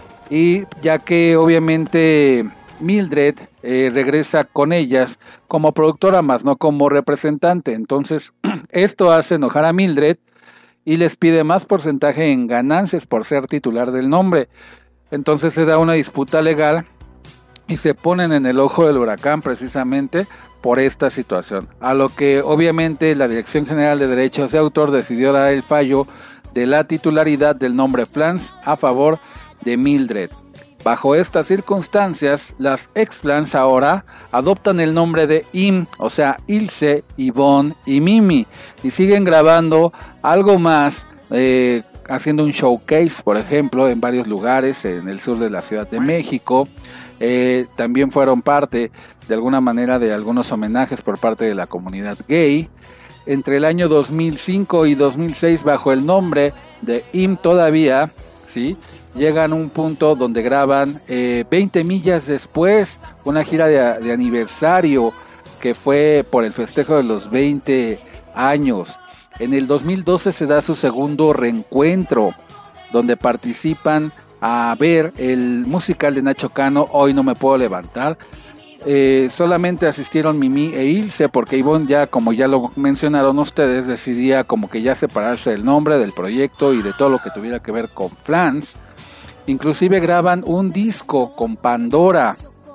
y ya que obviamente Mildred eh, regresa con ellas como productora más no como representante, entonces esto hace enojar a Mildred y les pide más porcentaje en ganancias por ser titular del nombre. Entonces se da una disputa legal y se ponen en el ojo del huracán precisamente por esta situación, a lo que obviamente la Dirección General de Derechos de Autor decidió dar el fallo de la titularidad del nombre Flans a favor de Mildred. Bajo estas circunstancias, las ex-Flans ahora adoptan el nombre de Im, o sea, Ilse, Ivonne y Mimi, y siguen grabando algo más, eh, haciendo un showcase, por ejemplo, en varios lugares en el sur de la Ciudad de México. Eh, también fueron parte, de alguna manera, de algunos homenajes por parte de la comunidad gay. Entre el año dos mil cinco y dos mil seis, bajo el nombre de Im todavía, ¿sí? Llegan a un punto donde graban eh, veinte millas después, una gira de, de aniversario que fue por el festejo de los veinte años. En el dos mil doce se da su segundo reencuentro, donde participan a ver el musical de Nacho Cano, Hoy no me puedo levantar. Eh, solamente asistieron Mimi e Ilse, porque Ivonne, ya como ya lo mencionaron ustedes, decidía como que ya separarse del nombre, del proyecto y de todo lo que tuviera que ver con Flans. Inclusive graban un disco con Pandora.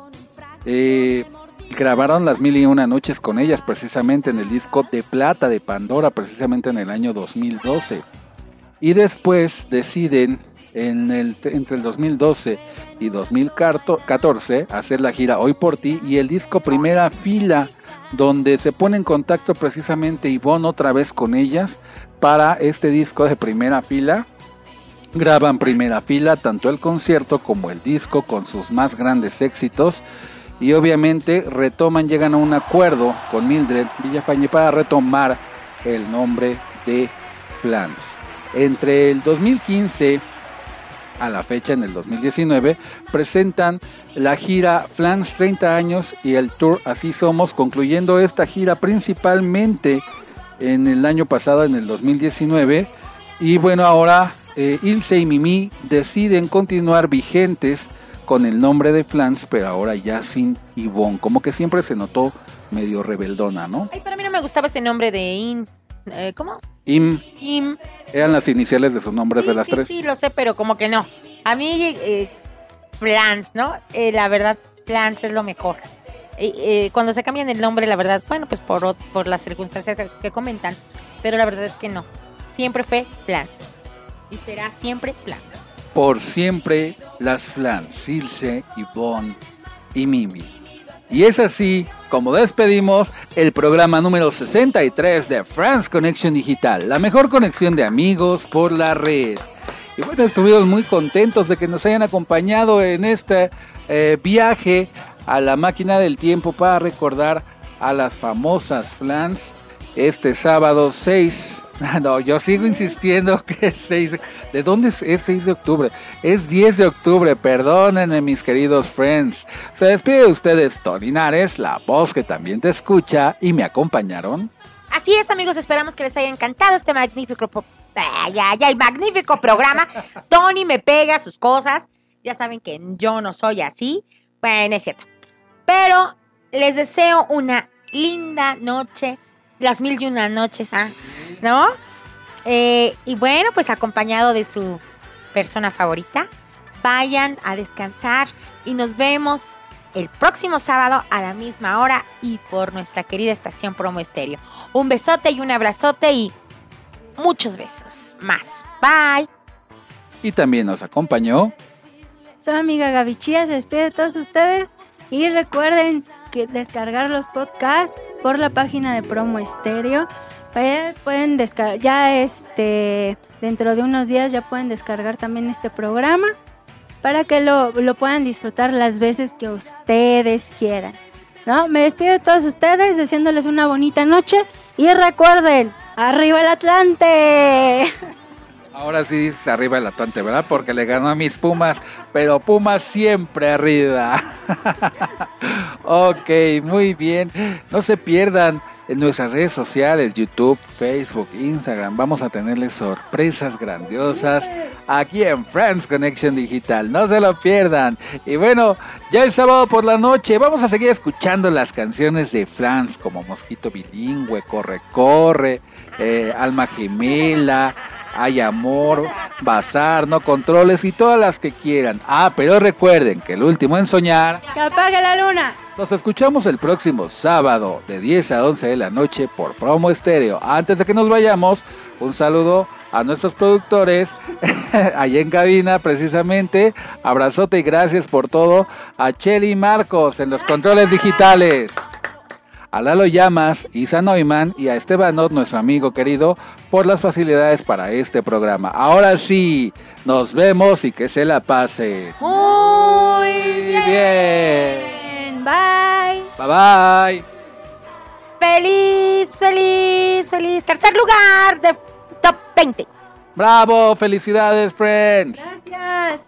Eh, grabaron las mil y una noches con ellas, precisamente en el disco de plata de Pandora, precisamente en el año dos mil doce. Y después deciden en el, entre el dos mil doce y dos mil catorce hacer la gira Hoy por ti y el disco Primera Fila, donde se pone en contacto precisamente Ivonne otra vez con ellas para este disco de Primera Fila. Graban Primera Fila, tanto el concierto como el disco con sus más grandes éxitos, y obviamente retoman, llegan a un acuerdo con Mildred Villafañe para retomar el nombre de Flans. Entre el dos mil quince a la fecha, en el dos mil diecinueve, presentan la gira Flans treinta años y el tour Así Somos, concluyendo esta gira principalmente en el año pasado, en el dos mil diecinueve. Y bueno, ahora eh, Ilse y Mimi deciden continuar vigentes con el nombre de Flans, pero ahora ya sin Ivonne. Como que siempre se notó medio rebeldona, ¿no? Ay, pero a mí no me gustaba ese nombre de In... Eh, ¿Cómo? Im. Im. Eran las iniciales de sus nombres Sí, de las sí, tres. sí, lo sé, pero como que no. A mí, eh, Flans, ¿no? Eh, la verdad, Flans es lo mejor. Eh, eh, cuando se cambian el nombre, la verdad, bueno, pues por, ot- por las circunstancias que, que comentan, pero la verdad es que no. Siempre fue Flans. Y será siempre Flans. Por siempre las Flans, Ilse, Ivonne y Mimi. Y es así como despedimos el programa número sesenta y tres de France Connection Digital, la mejor conexión de amigos por la red. Y bueno, estuvimos muy contentos de que nos hayan acompañado en este eh, viaje a la máquina del tiempo para recordar a las famosas Flans este sábado seis. No, yo sigo insistiendo que es seis. ¿De dónde es, es seis de octubre? Es diez de octubre, perdónenme mis queridos friends. Se despide de ustedes Tony Nares, la voz que también te escucha, y me acompañaron. Así es, amigos, esperamos que les haya encantado este magnífico, po- ay, ay, ay, magnífico programa. Tony me pega sus cosas. Ya saben que yo no soy así. Bueno, es cierto. Pero les deseo una linda noche, las mil y una noches, ¿ah? ¿No? Eh, y bueno, pues acompañado de su persona favorita. Vayan a descansar y nos vemos el próximo sábado a la misma hora y por nuestra querida estación Promo Estéreo. Un besote y un abrazote y muchos besos más. Bye. Y también nos acompañó. Su amiga Gaby Chía se despide de todos ustedes y recuerden que descargar los podcasts por la página de Promo Estéreo. Eh, pueden descargar, ya este, dentro de unos días ya pueden descargar también este programa para que lo, lo puedan disfrutar las veces que ustedes quieran, ¿no? Me despido de todos ustedes deseándoles una bonita noche y recuerden, ¡arriba el Atlante! Ahora sí se arriba el Atlante, ¿verdad? Porque le ganó a mis Pumas, pero Pumas siempre arriba. Ok, muy bien. No se pierdan en nuestras redes sociales, YouTube, Facebook, Instagram. Vamos a tenerles sorpresas grandiosas aquí en France Connection Digital. No se lo pierdan. Y bueno, ya el sábado por la noche vamos a seguir escuchando las canciones de France como Mosquito Bilingüe, Corre, Corre, eh, Alma Gemela, Hay Amor, Bazar, No Controles y todas las que quieran. Ah, pero recuerden que el último en soñar... ¡Que apague la luna! Nos escuchamos el próximo sábado de diez a once de la noche por Promo Estéreo. Antes de que nos vayamos, un saludo a nuestros productores allá en cabina precisamente. Abrazote y gracias por todo a Cheli Marcos en los controles digitales. A Lalo Llamas, Isa Neumann y a Estebanot, nuestro amigo querido, por las facilidades para este programa. Ahora sí, nos vemos y que se la pase. Muy bien. bien. Bye. Bye bye. Feliz, feliz, feliz. Tercer lugar de Top veinte. ¡Bravo! ¡Felicidades, Friends! Gracias.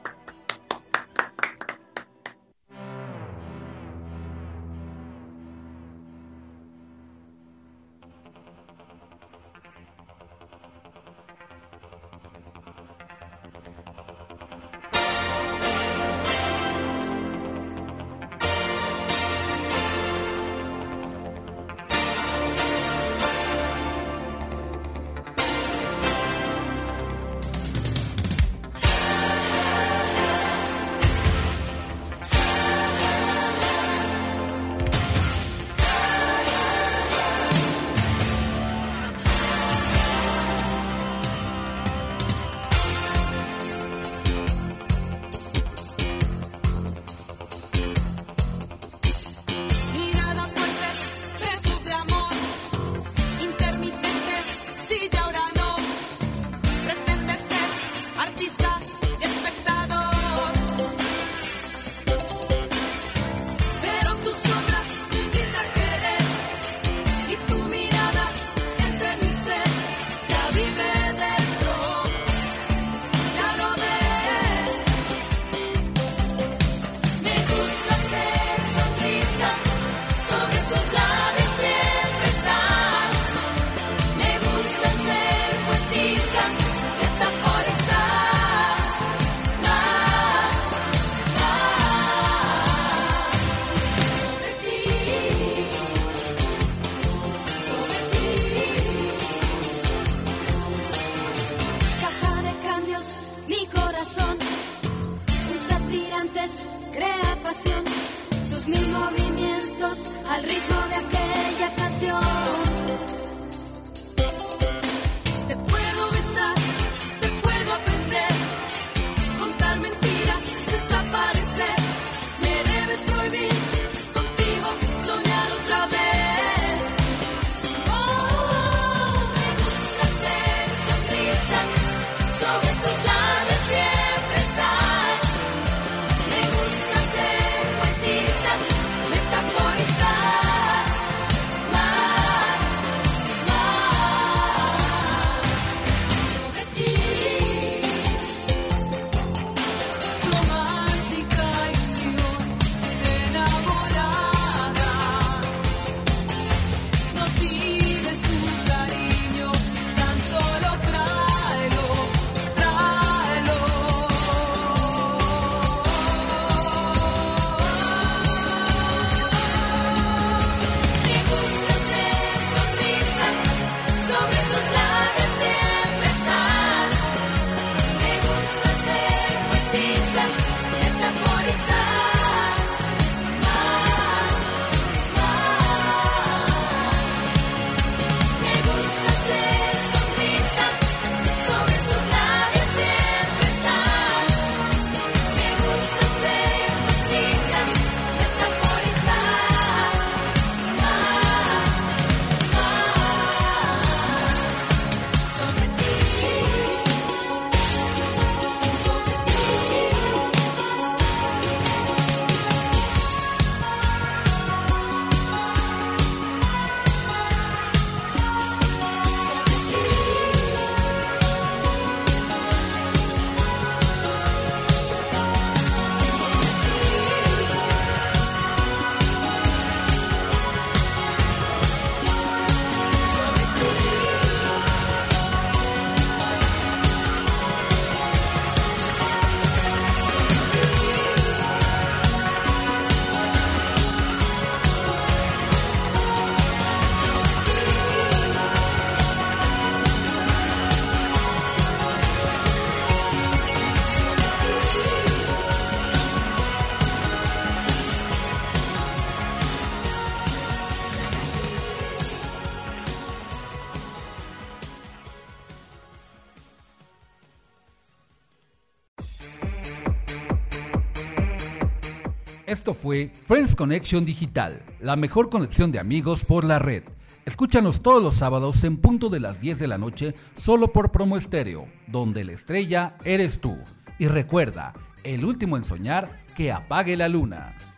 Miradas fuertes, besos de amor, intermitente, si ya ahora no, pretende ser artista y espectador, pero tu sombra te invita a querer, y tu mirada entra en mi ser, ya vive dentro, ya lo ves. Me gusta ser sonrisa, sobre tus labios siempre estar. Me gusta ser poetisa, metaforizar. La, la, sobre ti, sobre ti. Caja de cambios, mi corazón. Usa tirantes, crea pasión. Sus mil movimientos al ritmo de aquella canción. Te puedo besar, te puedo aprender, contar mentiras, desaparecer. Me debes prohibir contigo soñar otra vez. Oh, me gusta ser sonrisa, sobre tus labios siempre estar. Me gusta ser poetisa, metaforizar. La, la, sobre ti. Romántica ilusión enamorada. No tires tu cariño, tan solo tráelo, tráelo. Me gusta ser sonrisa, sobre tus labios siempre estar. Me gusta ser poetisa, metaforizar. La, la. Me gusta ser sonrisa, sobre tus labios siempre estar. Me gusta ser poetisa, metaforizar. La, la. Sobre ti, sobre ti. Esto fue Friends Connection Digital, la mejor conexión de amigos por la red. Escúchanos todos los sábados en punto de las diez de la noche, solo por Promo Estéreo, donde la estrella eres tú. Y recuerda, el último en soñar, que apague la luna.